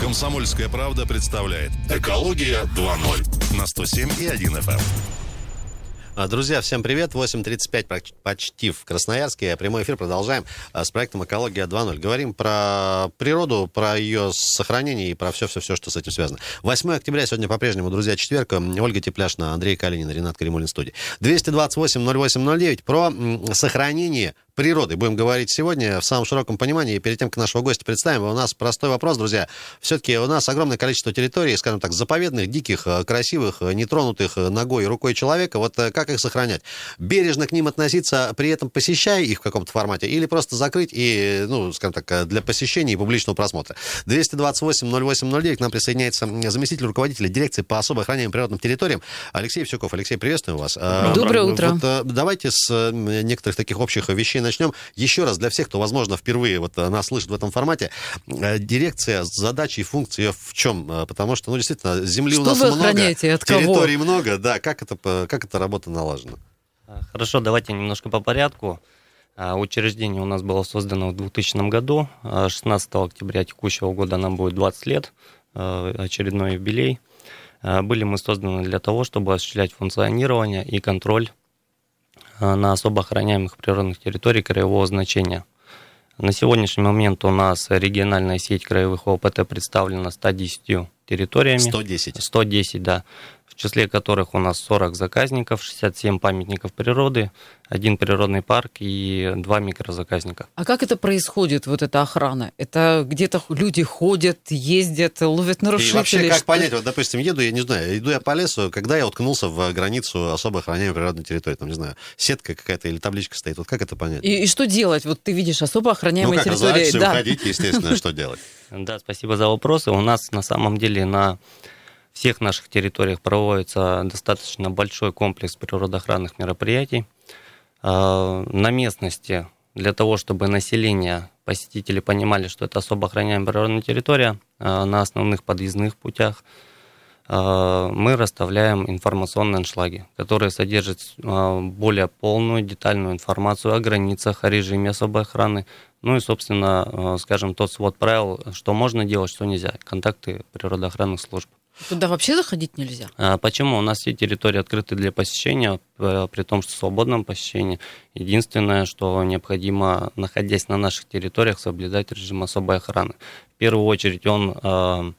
«Комсомольская правда» представляет «Экология 2.0» на 107,1 FM. Друзья, всем привет. 8:35 почти в Красноярске. Прямой эфир продолжаем с проектом «Экология 2.0». Говорим про природу, про ее сохранение и про все-все-все, что с этим связано. 8 октября, сегодня по-прежнему, друзья, четверг. Ольга Тепляшина, Андрей Калинин, Ренат Каримуллин в студии. 228-08-09 про сохранение природы будем говорить сегодня в самом широком понимании. И перед тем, как нашего гостя представим, у нас простой вопрос, друзья. Все-таки у нас огромное количество территорий, скажем так, заповедных, диких, красивых, нетронутых ногой и рукой человека. Вот как их сохранять? Бережно к ним относиться, при этом посещая их в каком-то формате, или просто закрыть и, скажем так, для посещения и публичного просмотра? 228-08-09 к нам присоединяется заместитель руководителя дирекции по особо охраняемым природным территориям Алексей Евсюков. Алексей, приветствуем вас. Доброе утро. Вот, давайте с некоторых таких общих вещей начнем. Еще раз, для всех, кто, возможно, впервые нас слышит в этом формате, дирекция, задачи и функции в чем? Потому что, действительно, земли что у нас вы много, охраняете, от территорий кого? много. Да, как эта работа налажена? Хорошо, давайте немножко по порядку. Учреждение у нас было создано в 2000 году. 16 октября текущего года нам будет 20 лет, очередной юбилей. Были мы созданы для того, чтобы осуществлять функционирование и контроль на особо охраняемых природных территориях краевого значения. На сегодняшний момент у нас региональная сеть краевых ОПТ представлена 110 территориями. 110, да. В числе которых у нас 40 заказников, 67 памятников природы, 1 природный парк и 2 микрозаказника. А как это происходит, вот эта охрана? Это где-то люди ходят, ездят, ловят нарушителей? И вообще, как понять, вот, допустим, иду я по лесу, когда я уткнулся в границу особо охраняемой природной территории, там, не знаю, сетка какая-то или табличка стоит, вот как это понять? И что делать? Вот ты видишь особо охраняемые территории. Разобраться, уходить, естественно, что делать? Да, спасибо за вопросы. У нас на самом деле на всех наших территориях проводится достаточно большой комплекс природоохранных мероприятий. На местности, для того, чтобы население, посетители понимали, что это особо охраняемая природная территория, на основных подъездных путях мы расставляем информационные аншлаги, которые содержат более полную, детальную информацию о границах, о режиме особой охраны, и, собственно, скажем, тот свод правил, что можно делать, что нельзя, контакты природоохранных служб. Туда вообще заходить нельзя? Почему? У нас все территории открыты для посещения, при том, что в свободном посещении. Единственное, что необходимо, находясь на наших территориях, соблюдать режим особой охраны. В первую очередь он,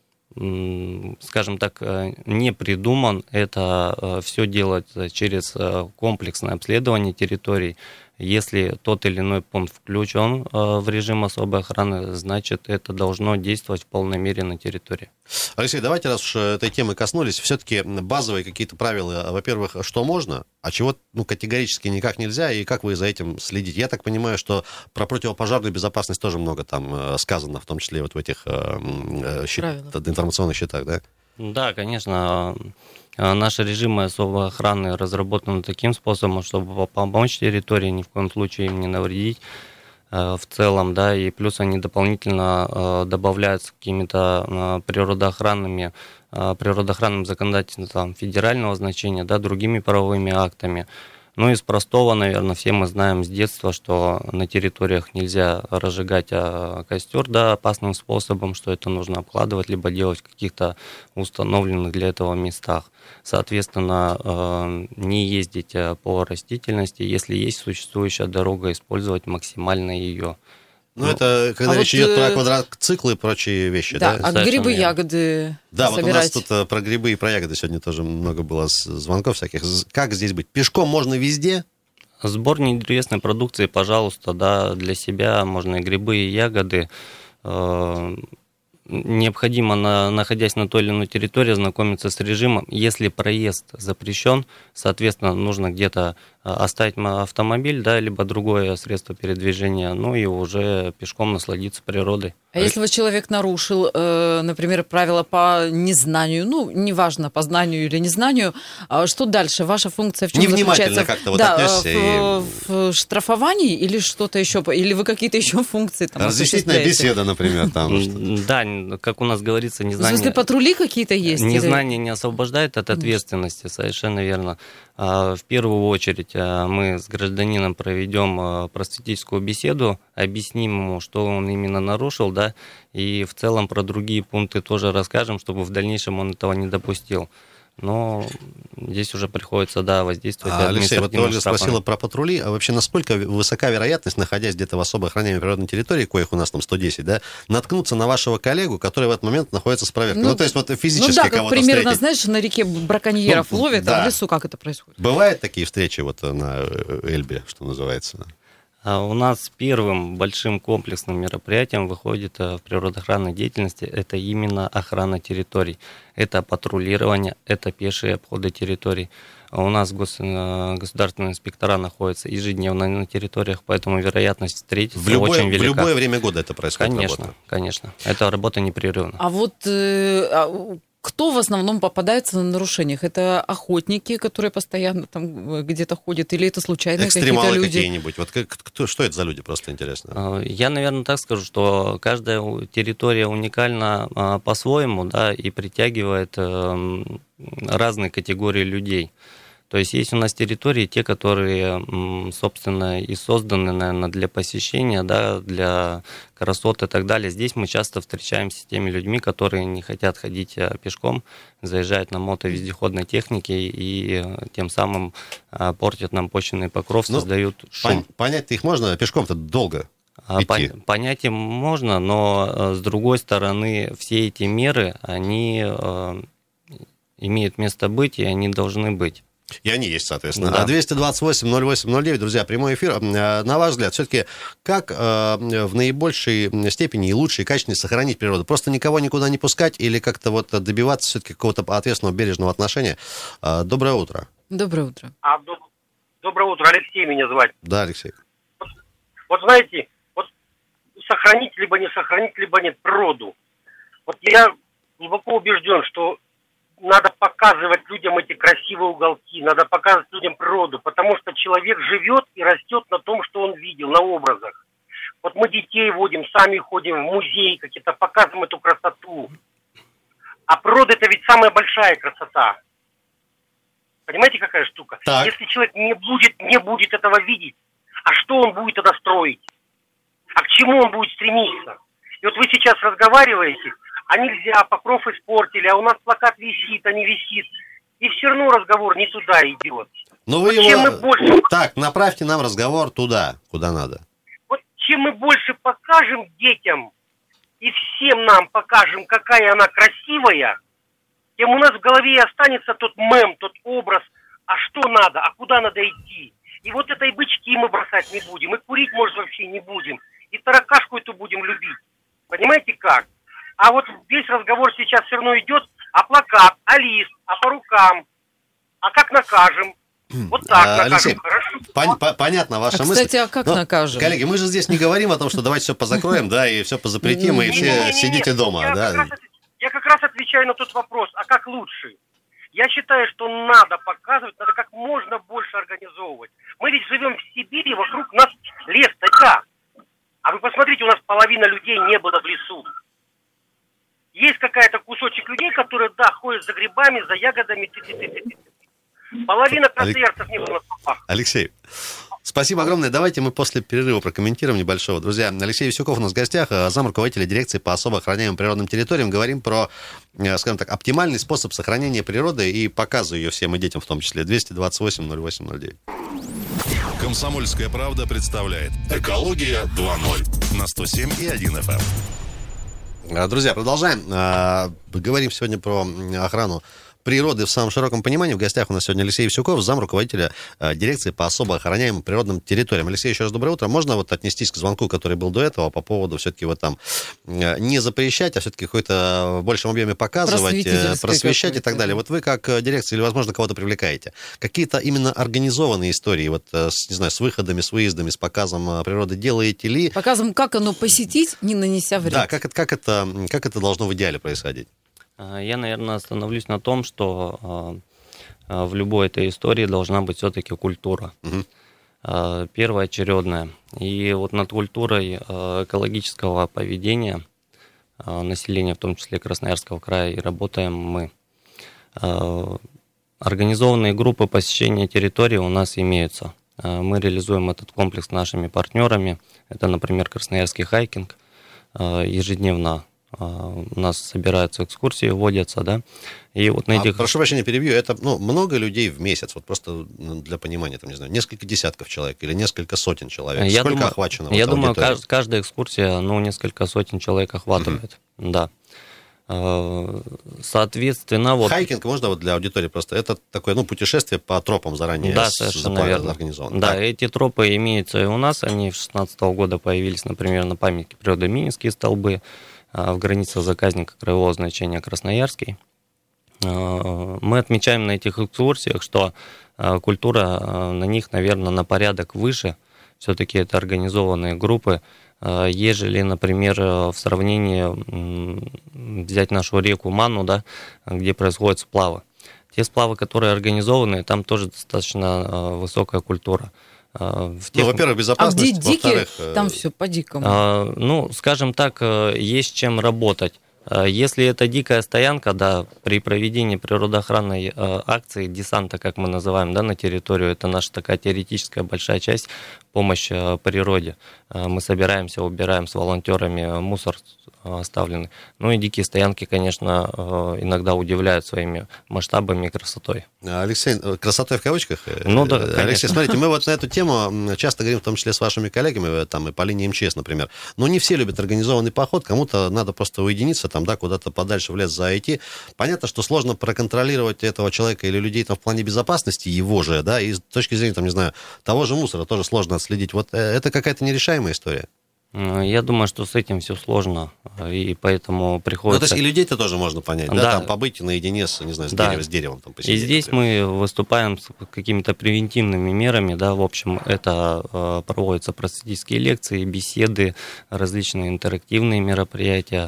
скажем так, не придуман. Это все делать через комплексное обследование территорий. Если тот или иной пункт включен в режим особой охраны, значит, это должно действовать в полной мере на территории. Алексей, давайте, раз уж этой темы коснулись, все-таки базовые какие-то правила, во-первых, что можно, а чего категорически никак нельзя, и как вы за этим следите? Я так понимаю, что про противопожарную безопасность тоже много там сказано, в том числе вот в этих информационных щитах, да? Да, конечно. Наши режимы особой охраны разработаны таким способом, чтобы помочь территории, ни в коем случае им не навредить в целом, да, и плюс они дополнительно добавляются какими-то природоохранным законодательством федерального значения, да, другими правовыми актами. Из простого, наверное, все мы знаем с детства, что на территориях нельзя разжигать костер, да, опасным способом, что это нужно обкладывать, либо делать в каких-то установленных для этого местах. Соответственно, не ездить по растительности, если есть существующая дорога, использовать максимально ее. Это когда речь идет про квадроциклы и прочие вещи, да? А грибы, ягоды да, собирать? Вот у нас тут про грибы и про ягоды сегодня тоже много было звонков всяких. Как здесь быть? Пешком можно везде? Сбор недревесной продукции, пожалуйста, да, для себя можно и грибы, и ягоды. Необходимо, находясь на той или иной территории, знакомиться с режимом. Если проезд запрещен, соответственно, нужно где-то оставить автомобиль, да, либо другое средство передвижения, и уже пешком насладиться природой. А если вот человек нарушил, например, правила по незнанию, неважно, по знанию или незнанию, что дальше? Ваша функция в чем заключается? Невнимательно как-то отнесся. В штрафовании или что-то еще? Или вы какие-то еще функции там разъяснительная беседа, например. Да, как у нас говорится, незнание... В смысле, патрули какие-то есть? Незнание не освобождает от ответственности, совершенно верно. В первую очередь есть мы с гражданином проведем просветительскую беседу, объясним ему, что он именно нарушил, да, и в целом про другие пункты тоже расскажем, чтобы в дальнейшем он этого не допустил. Но здесь уже приходится, да, воздействовать Алексей, вот административными Ольга штрафами. спросила про патрули. А вообще, насколько высока вероятность, находясь где-то в особо охраняемой природной территории, коих у нас там 110, да, наткнуться на вашего коллегу, который в этот момент находится с проверкой? Ну, то есть вот физически как кого-то примерно, встретить. знаешь, на реке браконьеров ловят, да. а в лесу как это происходит? Бывают такие встречи вот на Эльбе, что называется? У нас первым большим комплексным мероприятием выходит в природоохранной деятельности это именно охрана территорий. Это патрулирование, это пешие обходы территорий. У нас государственные инспектора находятся ежедневно на территориях, поэтому вероятность встретиться очень велика. В любое время года это происходит? Конечно, работа? конечно. Эта работа непрерывна. А вот кто в основном попадается на нарушениях? Это охотники, которые постоянно там где-то ходят, или это случайные какие-то Экстремалы люди? какие-нибудь? Вот что это за люди, просто интересно? Я, наверное, так скажу, что каждая территория уникальна по-своему, да, и притягивает разные категории людей. То есть есть у нас территории, те, которые, собственно, и созданы, наверное, для посещения, да, для красот и так далее. Здесь мы часто встречаемся с теми людьми, которые не хотят ходить пешком, заезжают на мотовездеходной технике и тем самым портят нам почвенный покров, создают шум. Понять-то их можно, пешком-то долго. Понять им можно, но с другой стороны, все эти меры, они имеют место быть, и они должны быть. И они есть, соответственно. Да. 228-08-09, друзья, прямой эфир. На ваш взгляд, все-таки как в наибольшей степени и лучше, и качественнее сохранить природу? Просто никого никуда не пускать или как-то вот добиваться все-таки какого-то ответственного, бережного отношения? Доброе утро. Доброе утро. Доброе утро, Алексей меня звать. Да, Алексей. Вот знаете, вот сохранить либо не сохранить, либо нет природу. Вот я глубоко убежден, что надо показывать людям эти красивые уголки, надо показывать людям природу, потому что человек живет и растет на том, что он видел, на образах. Вот мы детей водим, сами ходим в музей, какие-то показываем эту красоту. А природа — это ведь самая большая красота. Понимаете, какая штука? Так. Если человек не будет этого видеть, а что он будет тогда строить? А к чему он будет стремиться? И вот вы сейчас разговариваете, а нельзя, покров испортили, а у нас плакат висит, а не висит. И все равно разговор не туда идет. Ну вы вот его... Так, направьте нам разговор туда, куда надо. Вот чем мы больше покажем детям и всем нам покажем, какая она красивая, тем у нас в голове останется тот мем, тот образ, а что надо, а куда надо идти. И вот этой бычки мы бросать не будем, и курить, может, вообще не будем, и таракашку эту будем любить. Понимаете как? А вот весь разговор сейчас все равно идет о плакат, о лист, о по рукам. А как накажем? Вот так накажем. Алексей, хорошо. понятно ваша мысль. Кстати, а как накажем? Коллеги, мы же здесь не говорим о том, что давайте все позакроем, да, и все позапретим, и все сидите дома, да. Я как раз отвечаю на тот вопрос, а как лучше? Я считаю, что надо показывать, надо как можно больше организовывать. Мы ведь живем в Сибири, вокруг нас лес, тайга. А вы посмотрите, у нас половина людей не было в лесу. Есть какая-то кусочек людей, которые, да, ходят за грибами, за ягодами. Половина красноярцев не было в попах. Алексей, спасибо огромное. Давайте мы после перерыва прокомментируем небольшого. Друзья, Алексей Висюков у нас в гостях, замруководителя дирекции по особо охраняемым природным территориям. Говорим про, скажем так, оптимальный способ сохранения природы и показа ее всем и детям в том числе. 228-08-09. Комсомольская правда представляет «Экология 2.0» на 107,1 FM. Друзья, продолжаем. Говорим сегодня про охрану природы в самом широком понимании. В гостях у нас сегодня Алексей Висюков, замруководителя дирекции по особо охраняемым природным территориям. Алексей, еще раз доброе утро. Можно вот отнестись к звонку, который был до этого, по поводу все-таки вот там не запрещать, а все-таки какой-то в большем объеме показывать, просвещать и так далее. Вот вы как дирекция или, возможно, кого-то привлекаете. Какие-то именно организованные истории, вот, не знаю, с выходами, с выездами, с показом природы делаете ли? Показом, как оно посетить, не нанеся вред. Да, как это должно в идеале происходить? Я, наверное, остановлюсь на том, что в любой этой истории должна быть все-таки культура. Угу. Первоочередная. И вот над культурой экологического поведения населения, в том числе Красноярского края, и работаем мы. Организованные группы посещения территории у нас имеются. Мы реализуем этот комплекс с нашими партнерами. Это, например, Красноярский хайкинг. Ежедневно у нас собираются экскурсии, вводятся, да. И вот на этих... Прошу прощения, перебью. Это много людей в месяц? Вот просто для понимания, там, не знаю, несколько десятков человек или несколько сотен человек? Сколько охвачено? Я думаю, каждая экскурсия, несколько сотен человек охватывает, да. Соответственно, вот... Хайкинг можно вот для аудитории просто? Это такое, путешествие по тропам заранее совершенно верно. Организовано. Да, так. эти тропы имеются и у нас. Они с 2016 года появились, например, на памятнике природы Мининские столбы в границах заказника краевого значения Красноярский. Мы отмечаем на этих экскурсиях, что культура на них, наверное, на порядок выше. Все-таки это организованные группы, ежели, например, в сравнении взять нашу реку Манну, да, где происходят сплавы. Те сплавы, которые организованы, там тоже достаточно высокая культура. Во-первых, безопасность, где дикие, во-вторых... там все по-дикому. Скажем так, есть чем работать. Если это дикая стоянка, да, при проведении природоохранной акции, десанта, как мы называем, да, на территорию, это наша такая теоретическая большая часть, помощь природе. Мы собираемся, убираем с волонтерами мусор оставленный. И дикие стоянки, конечно, иногда удивляют своими масштабами и красотой. Алексей, красотой в кавычках? Да, конечно. Алексей, смотрите, мы вот на эту тему часто говорим, в том числе с вашими коллегами, там, и по линии МЧС, например. Но не все любят организованный поход, кому-то надо просто уединиться, там, да, куда-то подальше в лес зайти. Понятно, что сложно проконтролировать этого человека или людей там в плане безопасности, его же, да, и с точки зрения, там, не знаю, того же мусора тоже сложно отследить. Вот это какая-то нерешаемая история. Я думаю, что с этим все сложно, и поэтому приходится... То есть и людей-то тоже можно понять, да, там побыть наедине с, не знаю, с деревом. Там, посидеть, и здесь например. мы выступаем с какими-то превентивными мерами, да, в общем, это проводятся просветительские лекции, беседы, различные интерактивные мероприятия,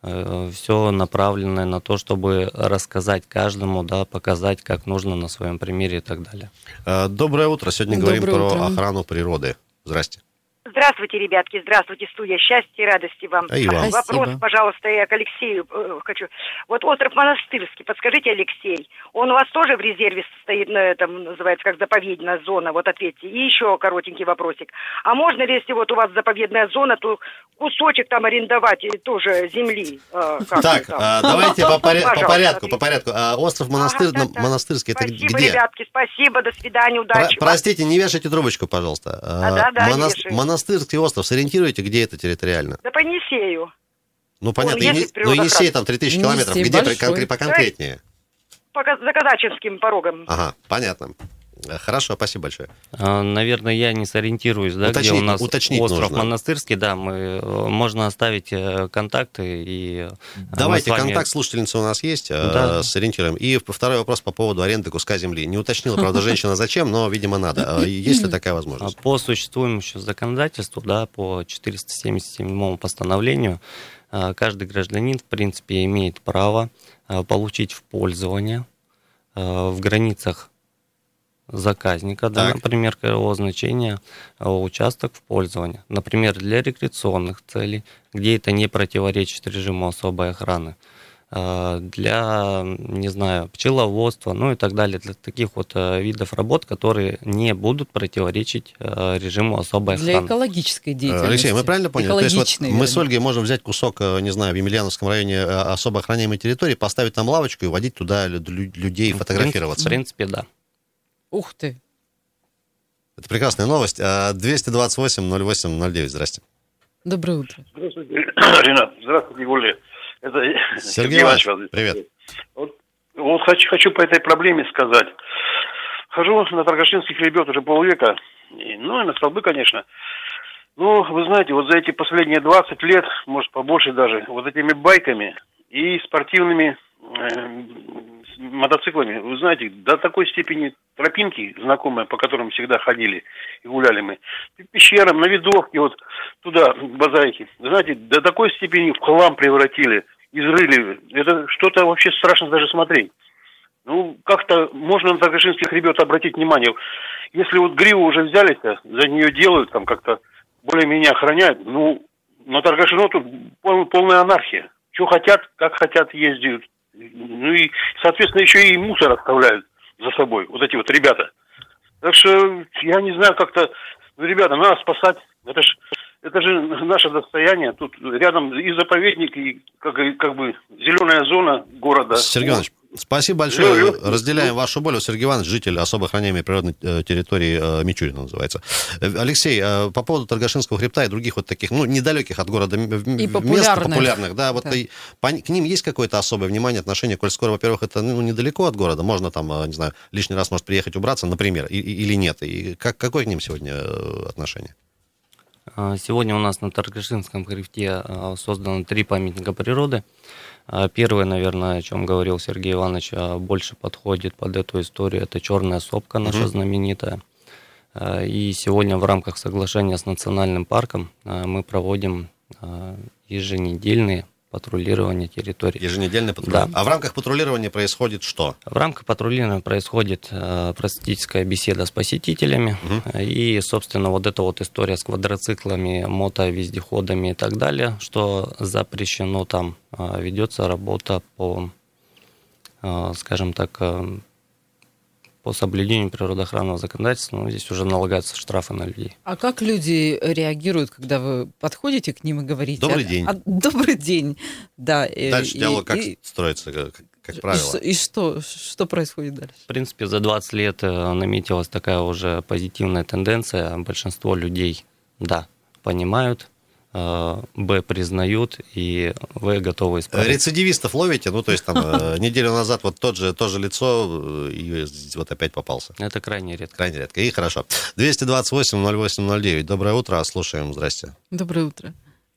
все направленное на то, чтобы рассказать каждому, да, показать, как нужно на своем примере и так далее. Доброе утро, сегодня говорим про охрану природы. Здрасте. Здравствуйте, ребятки, здравствуйте, студия. Счастья и радости вам. И вам. Вопрос, пожалуйста, я к Алексею хочу. Вот остров Монастырский, подскажите, Алексей, он у вас тоже в резерве стоит, там называется, как заповедная зона, вот ответьте. И еще коротенький вопросик. А можно ли, если вот у вас заповедная зона, то кусочек там арендовать тоже земли? Так, давайте по порядку. Остров Монастырский, это где? Спасибо, ребятки, спасибо, до свидания, удачи. Простите, не вешайте трубочку, пожалуйста. Монастырский остров, сориентируете, где это территориально? Да по Енисею. Понятно, Енисей там 3000 километров, где поконкретнее? По Заказачинским порогам. Ага, понятно. Хорошо, спасибо большое. Наверное, я не сориентируюсь, да, где у нас остров нужно. Монастырский, да, можно оставить контакты и... Давайте, контакт слушательницы у нас есть, сориентируем. И второй вопрос по поводу аренды куска земли. Не уточнила, правда, женщина зачем, но, видимо, надо. Есть ли такая возможность? По существующему законодательству, да, по 477 постановлению, каждый гражданин, в принципе, имеет право получить в пользование в границах заказника, да, например, краевого значения, участок в пользование. Например, для рекреационных целей, где это не противоречит режиму особой охраны. Для, не знаю, пчеловодства, и так далее, для таких вот видов работ, которые не будут противоречить режиму особой охраны. Для экологической деятельности. Алексей, мы правильно поняли? То есть мы с Ольгой можем взять кусок, не знаю, в Емельяновском районе особо охраняемой территории, поставить там лавочку и водить туда людей фотографироваться? В принципе, да. Ух ты. Это прекрасная новость. 228-08-09. Здрасте. Доброе утро. Здравствуйте, Ренат. Здравствуйте, Юлия. Это Сергей Иванович, привет. Вот хочу по этой проблеме сказать. Хожу на Торгашинских ребят уже полвека. И на столбы, конечно. Вы знаете, вот за эти последние 20 лет, может, побольше даже, вот этими байками и спортивными мотоциклами, вы знаете, до такой степени тропинки знакомые, по которым всегда ходили и гуляли мы, по пещерам, на видовке, вот туда, к базайке, знаете, до такой степени в хлам превратили, изрыли. Это что-то вообще страшно даже смотреть. Как-то можно на Торгашинских ребят обратить внимание. Если вот гриву уже взялись, за нее делают, там как-то более-менее охраняют, на Торгашино тут полная анархия. Что хотят, как хотят ездят. И, соответственно, еще и мусор оставляют. за собой, вот эти вот ребята. Так что я не знаю, как-то, ребята, надо спасать. Это же наше достояние. Тут рядом и заповедник, и как бы зеленая зона города. Сергей Иванович, спасибо большое. Разделяем вашу боль. Сергей Иванович, житель особо охраняемой природной территории Мичурина называется. Алексей, по поводу Торгашинского хребта и других вот таких, недалеких от города мест популярных, да, вот к ним есть какое-то особое внимание, отношение, коль скоро, во-первых, это недалеко от города, можно там, не знаю, лишний раз может приехать убраться, например, или нет, и какое к ним сегодня отношение? Сегодня у нас на Торгашинском хребте создано 3 памятника природы. Первый, наверное, о чем говорил Сергей Иванович, больше подходит под эту историю. Это черная сопка наша знаменитая. И сегодня в рамках соглашения с национальным парком мы проводим еженедельные патрулирование территории. Еженедельное патрулирование. Да. А в рамках патрулирования происходит что? В рамках патрулирования происходит просветительская беседа с посетителями. И, собственно, вот эта вот история с квадроциклами, мотовездеходами и так далее, что запрещено там. Ведется работа по, скажем так, по соблюдению природоохранного законодательства, здесь уже налагаются штрафы на людей. А как люди реагируют, когда вы подходите к ним и говорите? Добрый день. Добрый день. Да. Дальше диалог как строится, как правило. И что происходит дальше? В принципе, за 20 лет наметилась такая уже позитивная тенденция. Большинство людей, да, понимают, б, признают, и в, готовы исправить. Рецидивистов ловите? То есть там неделю назад вот то же лицо, и вот опять попался. Это крайне редко. Крайне редко. И хорошо. 228-08-09. Доброе утро. Слушаем. Здрасте. Доброе утро.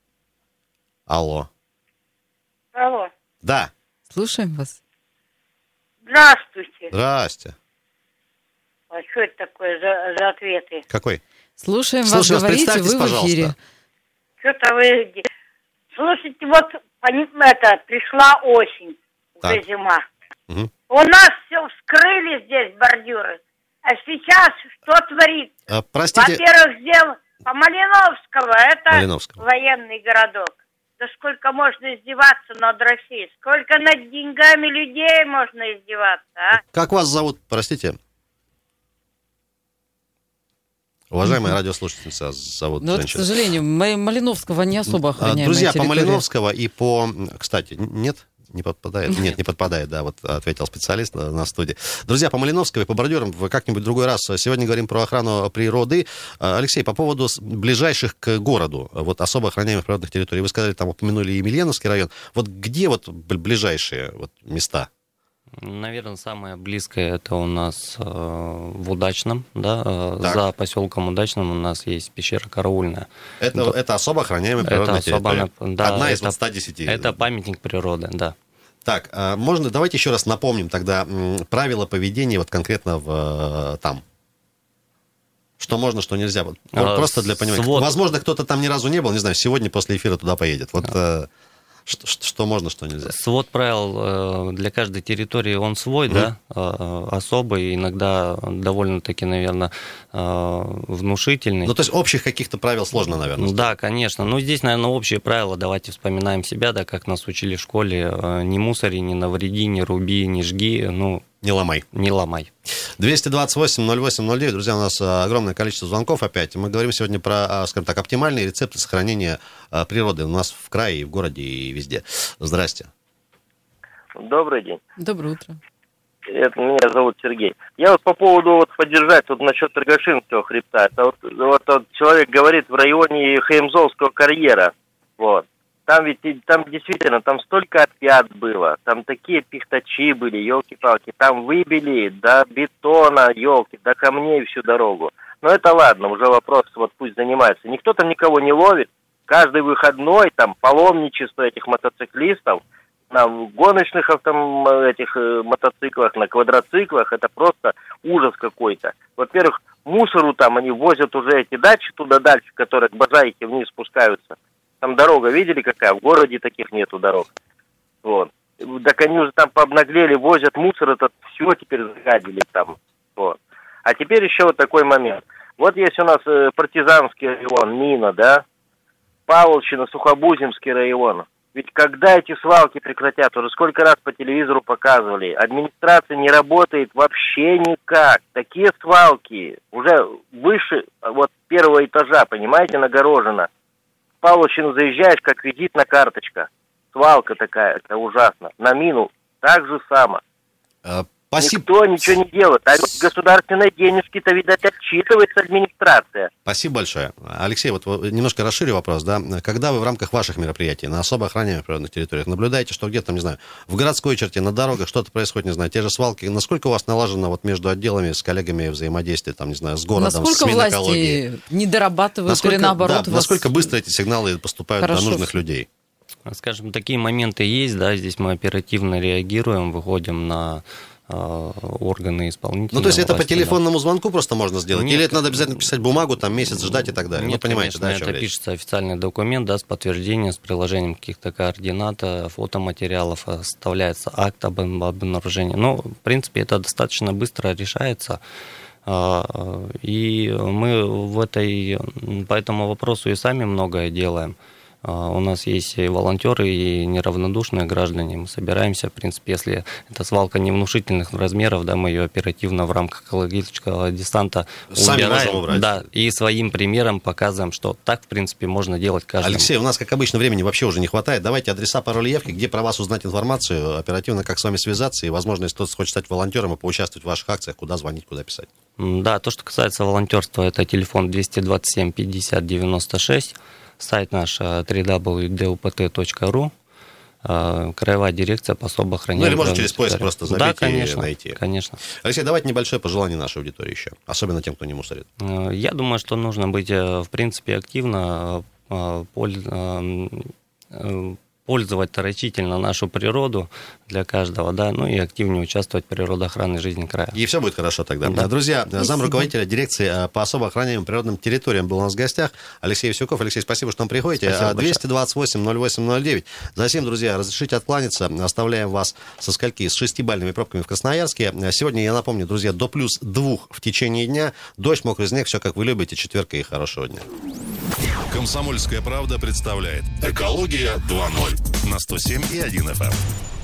Алло. Алло. Да. Слушаем вас. Здравствуйте. Здрасте. А что это такое за ответы? Какой? Слушаем вас, говорите, вы в эфире. Что-то вы... Слушайте, вот пришла осень, уже зима. Угу. У нас все вскрыли здесь бордюры. А сейчас что творится? Простите. Во-первых, по Малиновского, это военный городок. Да сколько можно издеваться над Россией? Сколько над деньгами людей можно издеваться, а? Как вас зовут, простите? Уважаемая радиослушательница, зовут женщина. К сожалению, Малиновского не особо охраняемая Друзья, территория. по Малиновского и по... Кстати, нет? Не подпадает? Нет, не подпадает, да, вот ответил специалист на студии. Друзья, по Малиновского и по бордюрам как-нибудь в другой раз. Сегодня говорим про охрану природы. Алексей, по поводу ближайших к городу, вот особо охраняемых природных территорий, вы сказали, там упомянули Емельяновский район. Вот где вот ближайшие места? Наверное, самое близкое это у нас в Удачном, да, за поселком Удачным у нас есть пещера Караульная. Это особо охраняемая природная территория. Да, одна из 110. Это памятник природы, да. Так, давайте еще раз напомним тогда правила поведения вот конкретно там. Что можно, что нельзя. Просто для понимания. Возможно, кто-то там ни разу не был, не знаю, сегодня после эфира туда поедет. Вот что можно, что нельзя. Свод правил для каждой территории он свой, да, особый, иногда довольно-таки, наверное, внушительный. То есть общих каких-то правил сложно, наверное. Да, конечно. Здесь, наверное, общие правила, давайте вспоминаем себя, да, как нас учили в школе. Не мусори, не навреди, не руби, не жги, не ломай. Не ломай. 228-08-09. Друзья, у нас огромное количество звонков опять. Мы говорим сегодня про, скажем так, оптимальные рецепты сохранения природы у нас в крае, и в городе, и везде. Здрасте. Добрый день. Доброе утро. Меня зовут Сергей. Я по поводу поддержать насчет Торгашинского хребта. Это вот человек говорит в районе Хаимзолского карьера. Вот. Там действительно, там столько опят было, там такие пихтачи были, елки-палки, там выбили до бетона, елки, до камней всю дорогу. Но это ладно, уже вопрос, пусть занимается. Никто там никого не ловит, каждый выходной там паломничество этих мотоциклистов на гоночных мотоциклах, на квадроциклах, это просто ужас какой-то. Во-первых, мусору там они возят уже эти дачи туда дальше, которые к базарике вниз спускаются. Там дорога, видели какая? В городе таких нету дорог. Вот. Так они уже там пообнаглели, возят мусор, этот все теперь загадили там. Вот. А теперь еще вот такой момент. Вот есть у нас Партизанский район, Мина, да? Павловщина, Сухобузимский район. Ведь когда эти свалки прекратят, уже сколько раз по телевизору показывали, администрация не работает вообще никак. Такие свалки уже выше вот первого этажа, понимаете, нагорожено. В Павловщину заезжаешь, как визитная карточка. Свалка такая, это ужасно. На мину так же само. Спасибо. Никто ничего не делает. А государственные денежки-то, видать, отчитывается администрация. Спасибо большое. Алексей, вот немножко расширю вопрос, да. Когда вы в рамках ваших мероприятий на особо охраняемых природных территориях наблюдаете, что где-то, не знаю, в городской черте, на дорогах что-то происходит, не знаю, те же свалки, насколько у вас налажено вот между отделами, с коллегами взаимодействие, там, не знаю, с городом, насколько с Минэкологией? Власти не дорабатывают или наоборот? Да, насколько быстро эти сигналы поступают до нужных людей? Скажем, такие моменты есть, да, здесь мы оперативно реагируем, выходим на органы исполнительной Ну, то есть это власти, по телефонному звонку просто можно сделать? Нет, или это надо обязательно писать бумагу, там месяц ждать и так далее? Нет, ну, понимаете, конечно, да, о чем это речь? пишется официальный документ, да, с подтверждением, с приложением каких-то координат, фотоматериалов, составляется акт об обнаружении. Ну, в принципе, это достаточно быстро решается. И мы по этому вопросу и сами многое делаем. У нас есть и волонтеры, и неравнодушные граждане. Мы собираемся, в принципе, если эта свалка не внушительных размеров, да, мы ее оперативно в рамках экологического десанта сами убираем. можем убрать. Да, и своим примером показываем, что так, в принципе, можно делать каждому. Алексей, у нас, как обычно, времени вообще уже не хватает. Давайте адреса, пароли, явки, где про вас узнать информацию, оперативно как с вами связаться, и, возможно, если кто-то хочет стать волонтером и поучаствовать в ваших акциях, куда звонить, куда писать. Да, то, что касается волонтерства, это телефон 227 50 96, сайт наш www.dupt.ru, краевая дирекция по особо охраняемым. Ну, или можно через поиск просто забить, да, конечно, и найти. Конечно. Алексей, давайте небольшое пожелание нашей аудитории еще, особенно тем, кто не мусорит. Я думаю, что нужно быть, в принципе, активно, пользовать рачительно нашу природу для каждого, да, ну и активнее участвовать в природоохранной жизни края. И все будет хорошо тогда. Да. Друзья, замруководителя дирекции по особо охраняемым природным территориям был у нас в гостях Алексей Васюков. Алексей, спасибо, что приходите. 228-08-09. Затем, друзья, разрешите откланяться. Оставляем вас со скольки? С 6-бальными пробками в Красноярске. Сегодня, я напомню, друзья, до +2 в течение дня. Дождь, мокрый снег, все как вы любите. Четверка и хорошего дня. «Комсомольская правда» представляет «Экология 2.0» на 107,1 FM.